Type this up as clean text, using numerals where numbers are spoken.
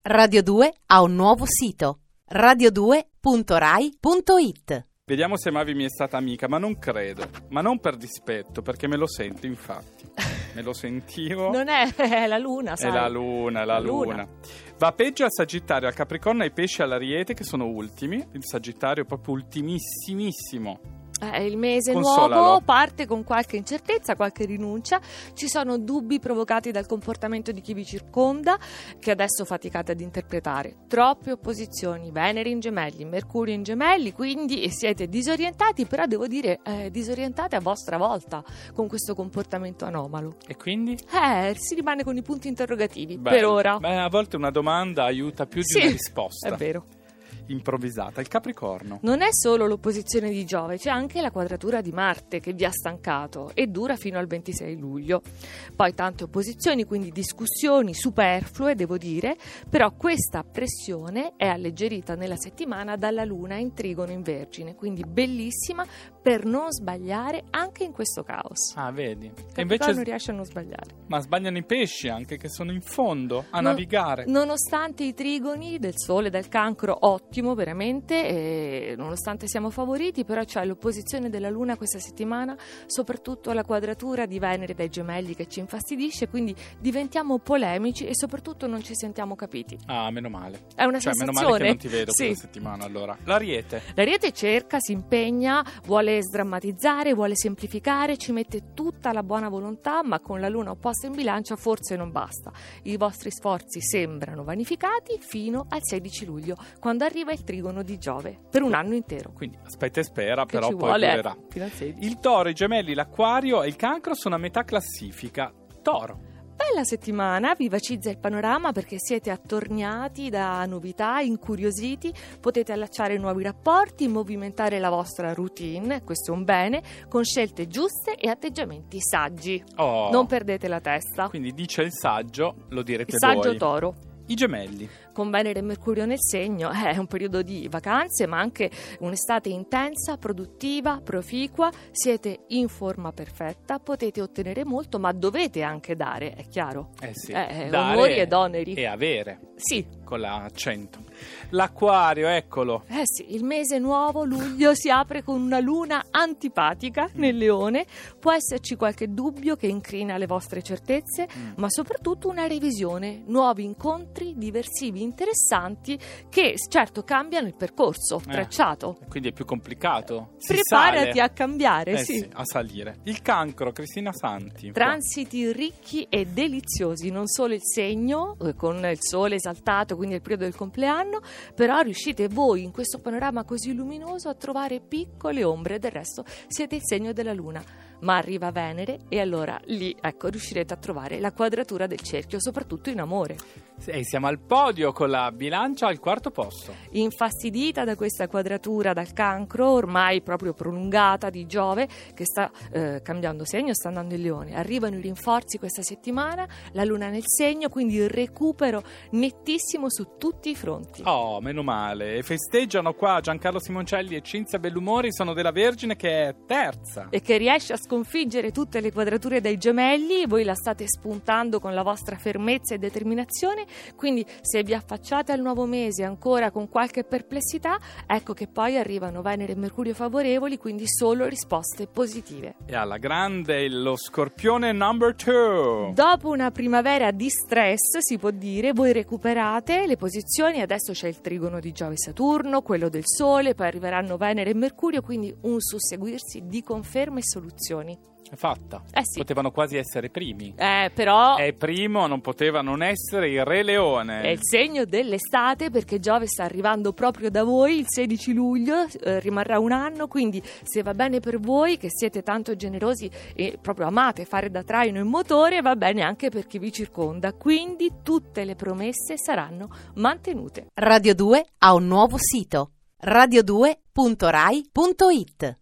Radio 2 ha un nuovo sito, radio2.rai.it. Vediamo se Mavi mi è stata amica, ma non credo. Ma non per dispetto, perché me lo sento, infatti. Me lo sentivo. Non è la luna, sai. È la luna. Va peggio al Sagittario, al Capricorno, ai Pesci e all'Ariete, che sono ultimi. Il Sagittario è proprio ultimissimissimo. Il mese Consolalo. nuovo parte con qualche incertezza, qualche rinuncia. Ci sono dubbi provocati dal comportamento di chi vi circonda, che adesso faticate ad interpretare. Troppe opposizioni, Venere in Gemelli, Mercurio in Gemelli, quindi siete disorientati, però devo dire disorientate a vostra volta con questo comportamento anomalo. E quindi? Si rimane con i punti interrogativi per ora. Beh, a volte una domanda aiuta più di una risposta. È vero. Improvvisata. Il Capricorno. Non è solo l'opposizione di Giove, c'è anche la quadratura di Marte che vi ha stancato e dura fino al 26 luglio. Poi tante opposizioni, quindi discussioni superflue, devo dire, però questa pressione è alleggerita nella settimana dalla Luna in Trigono in Vergine, quindi bellissima per non sbagliare anche in questo caos. Ah, vedi. E invece non riesce a non sbagliare. Ma sbagliano i pesci anche, che sono in fondo a navigare. Nonostante i trigoni del Sole e del Cancro, ottimo veramente, e nonostante siamo favoriti, però c'è l'opposizione della Luna questa settimana, soprattutto la quadratura di Venere dai Gemelli che ci infastidisce, quindi diventiamo polemici e soprattutto non ci sentiamo capiti. Ah, meno male. È una sensazione. Meno male che non ti vedo questa settimana, allora. L'Ariete cerca, si impegna, vuole sdrammatizzare, vuole semplificare, ci mette tutta la buona volontà, ma con la Luna opposta in Bilancia forse non basta. I vostri sforzi sembrano vanificati fino al 16 luglio, quando arriva il Trigono di Giove per un anno intero. Quindi aspetta e spera, che però ci poi vuole, durerà. Fino al 16. Il Toro, i Gemelli, l'Acquario e il Cancro sono a metà classifica. Toro. Bella settimana, vivacizza il panorama perché siete attorniati da novità, incuriositi, potete allacciare nuovi rapporti, movimentare la vostra routine, questo è un bene, con scelte giuste e atteggiamenti saggi. Non perdete la testa. Quindi dice il saggio, lo direte il voi. saggio Toro. I Gemelli. Con Venere e Mercurio nel segno è un periodo di vacanze, ma anche un'estate intensa, produttiva, proficua, siete in forma perfetta, potete ottenere molto, ma dovete anche dare, è chiaro. Sì. Dare onori ed oneri. E avere. Sì. Con l'accento. L'Acquario, eccolo. Sì, il mese nuovo, luglio, si apre con una luna antipatica nel Leone. Può esserci qualche dubbio che incrina le vostre certezze, ma soprattutto una revisione, nuovi incontri diversivi interessanti che certo cambiano il percorso tracciato. Quindi è più complicato. Preparati a cambiare, sì, a salire. Il Cancro, Cristina Santi. Transiti ricchi e deliziosi, non solo il segno con il sole esaltato, quindi è il periodo del compleanno, però riuscite voi in questo panorama così luminoso a trovare piccole ombre, del resto siete il segno della Luna. Ma arriva Venere e allora lì, riuscirete a trovare la quadratura del cerchio, soprattutto in amore. Siamo al podio con la Bilancia al quarto posto. Infastidita da questa quadratura dal Cancro, ormai proprio prolungata, di Giove, che sta cambiando segno, sta andando in Leone. Arrivano i rinforzi questa settimana, la Luna nel segno, quindi il recupero nettissimo su tutti i fronti. Meno male. E festeggiano qua Giancarlo Simoncelli e Cinzia Bellumori, sono della Vergine che è terza. E che riesce a sconfiggere tutte le quadrature dai Gemelli, voi la state spuntando con la vostra fermezza e determinazione, quindi se vi affacciate al nuovo mese ancora con qualche perplessità, ecco che poi arrivano Venere e Mercurio favorevoli, quindi solo risposte positive. E alla grande lo Scorpione number 2. Dopo una primavera di stress, si può dire, voi recuperate le posizioni, adesso c'è il Trigono di Giove e Saturno, quello del Sole, poi arriveranno Venere e Mercurio, quindi un susseguirsi di conferme e soluzioni. È fatta. Sì. Potevano quasi essere primi. Però è primo, non poteva non essere il Re Leone. È il segno dell'estate perché Giove sta arrivando proprio da voi il 16 luglio, rimarrà un anno, quindi se va bene per voi che siete tanto generosi e proprio amate fare da traino in motore, va bene anche per chi vi circonda, quindi tutte le promesse saranno mantenute. Radio 2 ha un nuovo sito, radio2.rai.it.